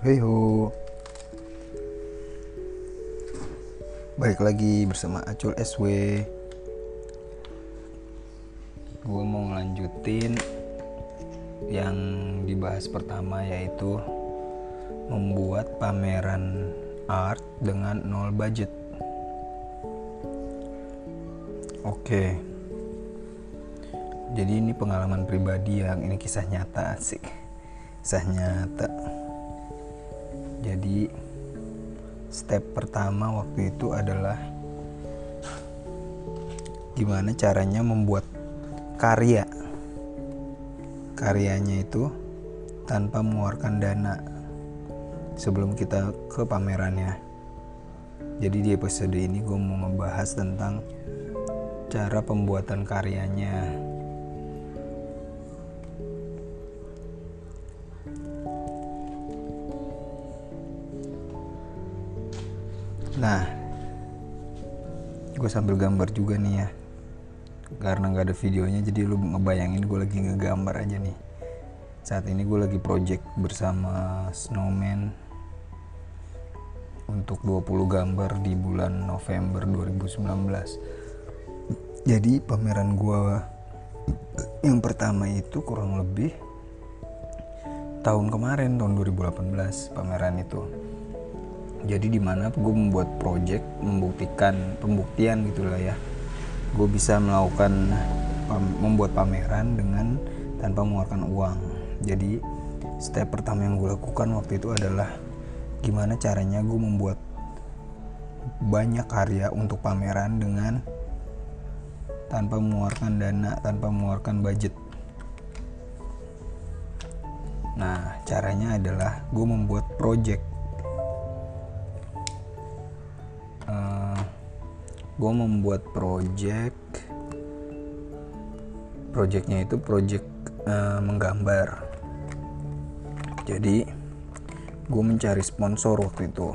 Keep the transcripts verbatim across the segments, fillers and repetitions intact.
Hei ho, balik lagi bersama Acul S W. Gue mau ngelanjutin yang dibahas pertama, yaitu membuat pameran art dengan nol budget. Oke, jadi ini pengalaman pribadi, yang ini kisah nyata, asik, kisah nyata. Jadi step pertama waktu itu adalah gimana caranya membuat karya karyanya itu tanpa mengeluarkan dana sebelum kita ke pamerannya. Jadi di episode ini gue mau ngebahas tentang cara pembuatan karyanya. Nah, gue sambil gambar juga nih ya, karena nggak ada videonya, jadi lu ngebayangin gue lagi ngegambar aja nih. Saat ini gue lagi project bersama Snowman untuk dua puluh gambar di bulan November dua ribu sembilan belas. Jadi pameran gue yang pertama itu kurang lebih tahun kemarin, tahun dua ribu delapan belas pameran itu. Jadi dimana gue membuat project membuktikan pembuktian gitulah ya, gue bisa melakukan pam- membuat pameran dengan tanpa mengeluarkan uang. Jadi step pertama yang gue lakukan waktu itu adalah gimana caranya gue membuat banyak karya untuk pameran dengan tanpa mengeluarkan dana, tanpa mengeluarkan budget. Nah, caranya adalah gue membuat project. Uh, gue membuat project projectnya itu project uh, menggambar. Jadi gue mencari sponsor waktu itu.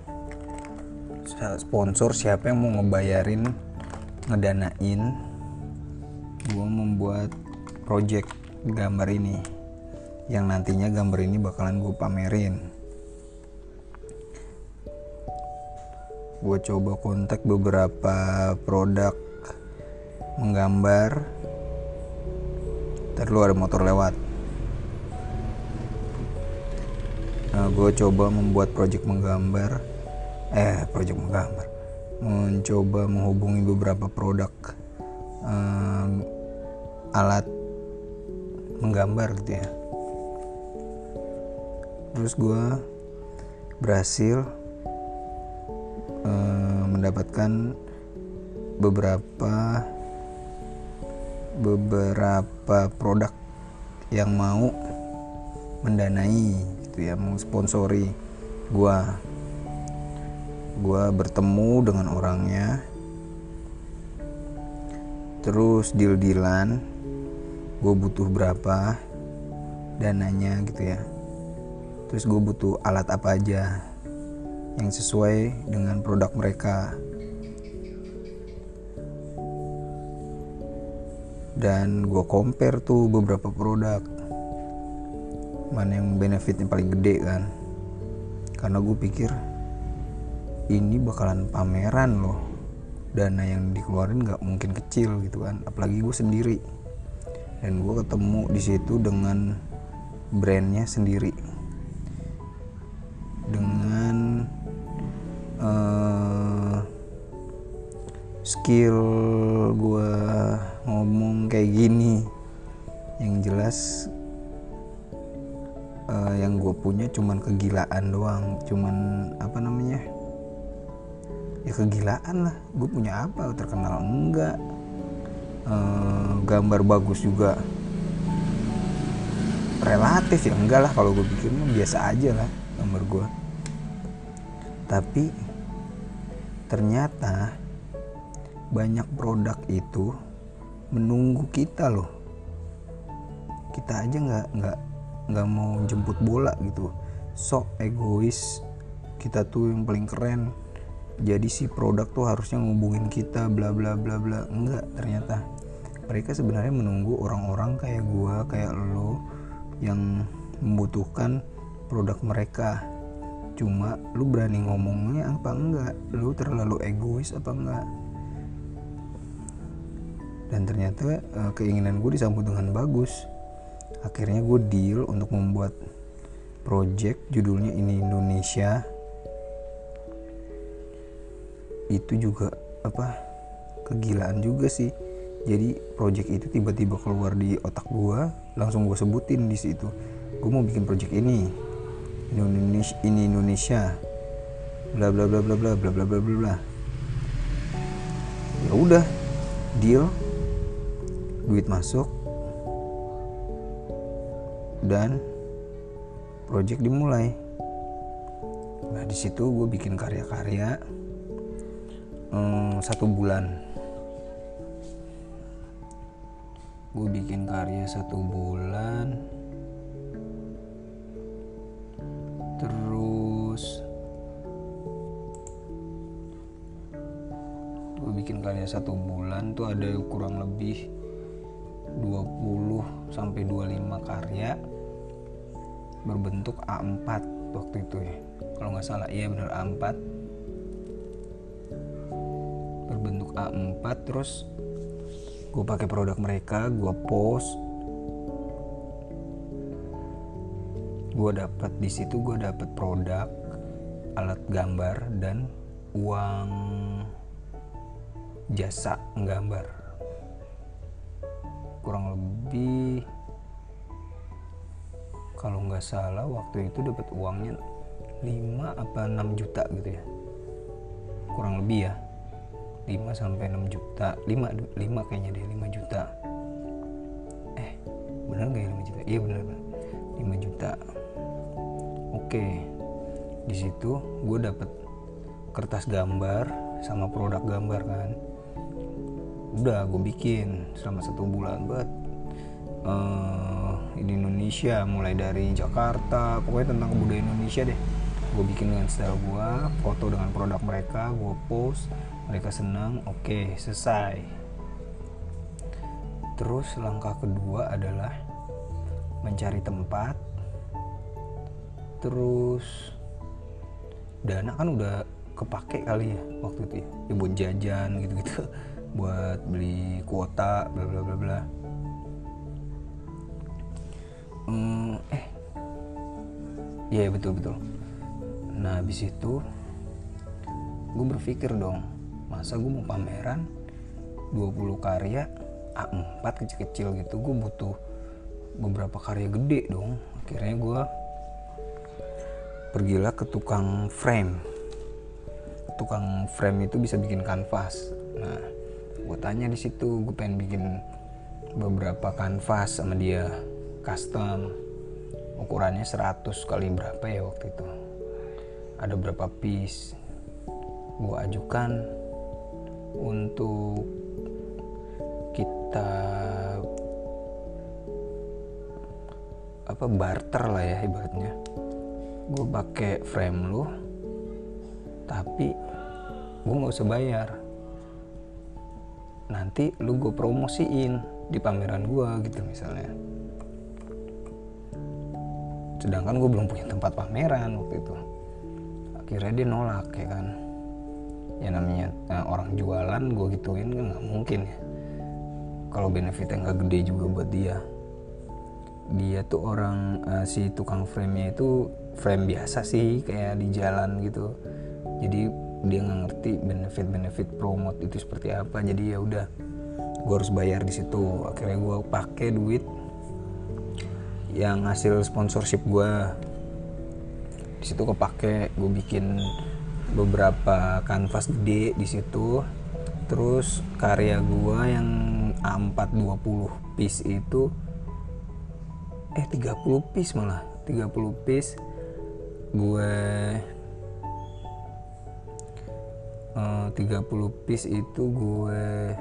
Sponsor siapa yang mau ngebayarin, ngedanain gue membuat project gambar ini, yang nantinya gambar ini bakalan gue pamerin. Gue coba kontak beberapa produk menggambar. Tadi lu ada motor lewat. Nah, gue coba membuat project menggambar. Eh, project menggambar. Mencoba menghubungi beberapa produk um, alat menggambar gitu ya. Terus gue berhasil mendapatkan beberapa beberapa produk yang mau mendanai gitu ya, mau sponsori gua. Gua bertemu dengan orangnya, terus deal-dealan gua butuh berapa dananya gitu ya, terus gua butuh alat apa aja yang sesuai dengan produk mereka, dan gue compare tuh beberapa produk, mana yang benefitnya paling gede kan, karena gue pikir ini bakalan pameran loh, dana yang dikeluarin nggak mungkin kecil gitu kan, apalagi gue sendiri, dan gue ketemu di situ dengan brandnya sendiri, dengan Uh, skill gue ngomong kayak gini, yang jelas uh, yang gue punya cuman kegilaan doang, cuman apa namanya ya, kegilaan lah. Gue punya apa, terkenal enggak, uh, gambar bagus juga relatif ya enggak lah, kalau gue pikir mah biasa aja lah gambar gue. Tapi ternyata banyak produk itu menunggu kita loh. Kita aja nggak nggak nggak mau jemput bola gitu, sok egois kita tuh yang paling keren, jadi si produk tuh harusnya ngubungin kita bla bla bla bla. Enggak, ternyata mereka sebenarnya menunggu orang-orang kayak gua, kayak lo, yang membutuhkan produk mereka. cuma lu berani ngomongnya apa enggak, lu terlalu egois apa enggak. Dan ternyata uh, keinginan gue disambut dengan bagus. Akhirnya gue deal untuk membuat project judulnya Ini Indonesia. Itu juga apa kegilaan juga sih. Jadi project itu tiba-tiba keluar di otak gue, langsung gue sebutin di situ. Gue mau bikin project ini, Indonesia, Ini Indonesia, bla bla bla bla bla bla bla bla bla. Ya udah, deal, duit masuk, dan project dimulai. Nah di situ gue bikin karya-karya hmm, satu bulan. Gue bikin karya satu bulan, terus gue bikin karya satu bulan tuh ada kurang lebih dua puluh sampai dua puluh lima karya berbentuk A empat waktu itu ya, kalau nggak salah. Iya benar, A empat, berbentuk A empat. Terus gue pakai produk mereka, gue post, gue dapat di situ gue dapat produk, alat gambar, dan uang jasa nggambar kurang lebih, kalau nggak salah waktu itu dapat uangnya lima apa enam juta gitu ya, kurang lebih ya, lima sampai enam juta, lima lima kayaknya deh, lima juta. Eh, benar enggak ya lima juta? Iya benar benar. lima juta. Oke. Di situ gue dapat kertas gambar sama produk gambar kan. Udah gue bikin selama satu bulan buat uh, di Indonesia, mulai dari Jakarta, pokoknya tentang kebudayaan Indonesia deh. Gue bikin dengan style gue, foto dengan produk mereka, gue post, mereka senang, oke selesai. Terus langkah kedua adalah mencari tempat. Terus dana kan udah kepake kali ya waktu itu ya, ya buat jajan gitu-gitu, buat beli kuota bla bla bla bla. Hmm, eh iya yeah, betul betul. Nah habis itu gue berpikir dong, masa gue mau pameran dua puluh karya A empat kecil-kecil gitu, gue butuh beberapa karya gede dong. Akhirnya gue pergilah ke tukang frame. Tukang frame itu bisa bikin kanvas. Nah gue tanya di situ, gue pengen bikin beberapa kanvas sama dia, custom, ukurannya seratus kali berapa ya waktu itu, ada berapa piece. Gue ajukan untuk kita apa barter lah ya ibaratnya. Gue pakai frame lu, tapi gue nggak usah bayar. Nanti lu gue promosiin di pameran gue gitu misalnya. Sedangkan gue belum punya tempat pameran waktu itu. Akhirnya dia nolak ya kan. Ya namanya nah, orang jualan gue gituin kan nggak mungkin ya. Kalau benefitnya nggak gede juga buat dia. Dia tuh orang uh, si tukang frame-nya itu frame biasa sih kayak di jalan gitu. Jadi dia nggak ngerti benefit-benefit promote itu seperti apa. Jadi ya udah, gue harus bayar di situ. Akhirnya gue pakai duit yang hasil sponsorship gue. Di situ kepake, gue bikin beberapa kanvas gede di situ. Terus karya gue yang A empat dua puluh piece itu eh tiga puluh piece malah, tiga puluh piece gue uh, tiga puluh piece itu gue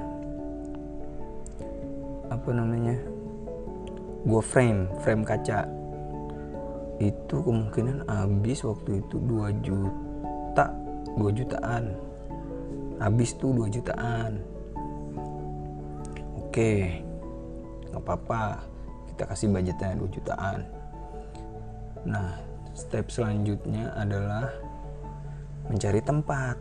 apa namanya? Gue frame, frame kaca. Itu kemungkinan habis waktu itu dua juta, dua jutaan. Habis tuh dua jutaan. Oke. Enggak apa-apa. Kita kasih budgetnya dua jutaan. Nah, step selanjutnya adalah mencari tempat.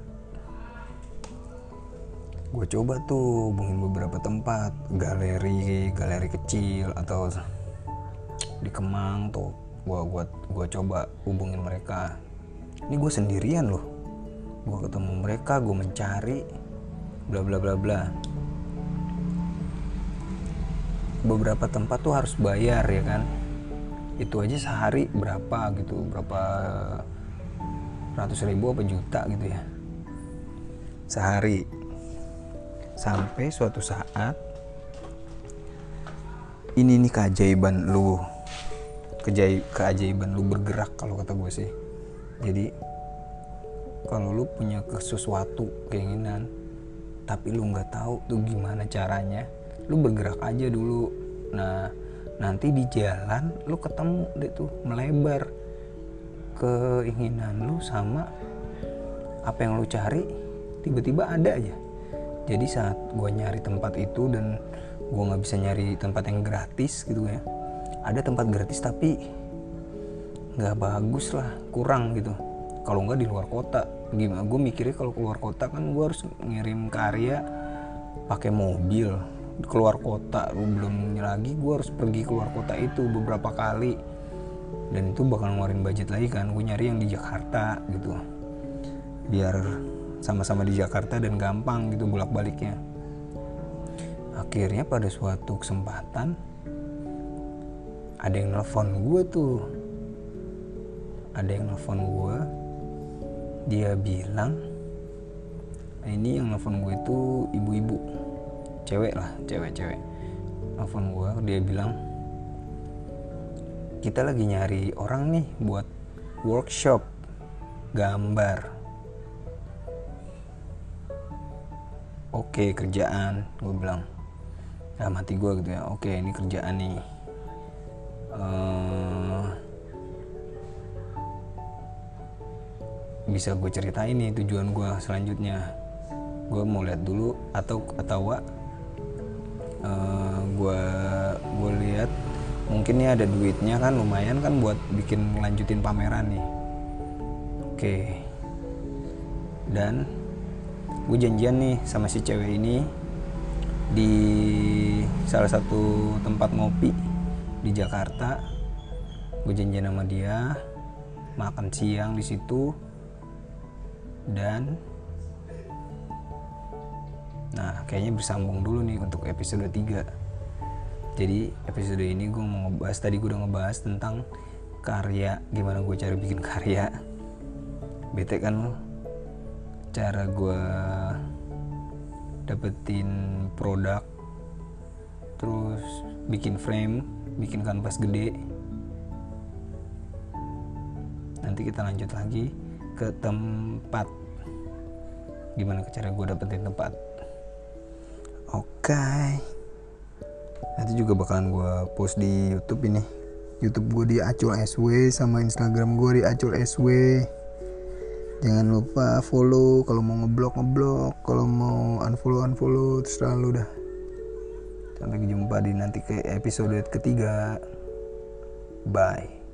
Gue coba tuh hubungin beberapa tempat, galeri, galeri kecil atau di Kemang tuh. Gue gua gua coba hubungin mereka. Ini gue sendirian loh. Gue ketemu mereka, gue mencari, bla bla bla bla. Beberapa tempat tuh harus bayar ya kan. Itu aja sehari berapa gitu, berapa ratus ribu apa juta gitu ya sehari. Sampai suatu saat, ini nih keajaiban lu, Kejaib, keajaiban lu bergerak kalau kata gue sih. Jadi kalau lu punya sesuatu keinginan tapi lu nggak tahu tuh gimana caranya, lu bergerak aja dulu. Nah nanti di jalan lu ketemu deh tuh, melebar keinginan lu sama apa yang lu cari tiba-tiba ada aja. Jadi saat gue nyari tempat itu dan gue nggak bisa nyari tempat yang gratis gitu ya, ada tempat gratis tapi nggak bagus lah, kurang gitu. Kalau nggak di luar kota, gimana? Gue mikirnya kalau keluar kota kan gue harus ngirim karya pakai mobil keluar kota, belum lagi gue harus pergi keluar kota itu beberapa kali, dan itu bakal ngeluarin budget lagi kan. Gue nyari yang di Jakarta gitu, biar sama-sama di Jakarta dan gampang gitu bolak-baliknya. Akhirnya pada suatu kesempatan ada yang nelfon gue tuh, ada yang nelfon gue. Dia bilang, nah ini yang nelfon gue itu ibu-ibu, cewek lah, cewek-cewek. Nelfon gue, dia bilang, kita lagi nyari orang nih buat workshop gambar. Oke, kerjaan, gue bilang. Ya mati gue gitu ya. Oke, ini kerjaan nih. Uh, bisa gue ceritain nih tujuan gue selanjutnya. Gue mau lihat dulu atau atau uh, gue gue lihat mungkin nih ada duitnya kan, lumayan kan buat bikin lanjutin pameran nih. Oke. Dan gue janjian nih sama si cewek ini di salah satu tempat ngopi di Jakarta. Gue janjian sama dia makan siang di situ. Dan nah kayaknya bersambung dulu nih untuk episode tiga. Jadi episode ini gue mau ngebahas, tadi gue udah ngebahas tentang karya, gimana gue cara bikin karya. Bete kan lo, cara gue dapetin produk, terus bikin frame, bikin kanvas gede. Nanti kita lanjut lagi ke tempat, gimana cara gue dapetin tempat. Oke, nanti juga bakalan gue post di YouTube ini, YouTube gue di Acul S W, sama Instagram gue di Acul S W. Jangan lupa follow, kalau mau ngeblok ngeblok, kalau mau unfollow unfollow, terserah lu dah. Sampai jumpa di nanti ke episode ketiga. Bye.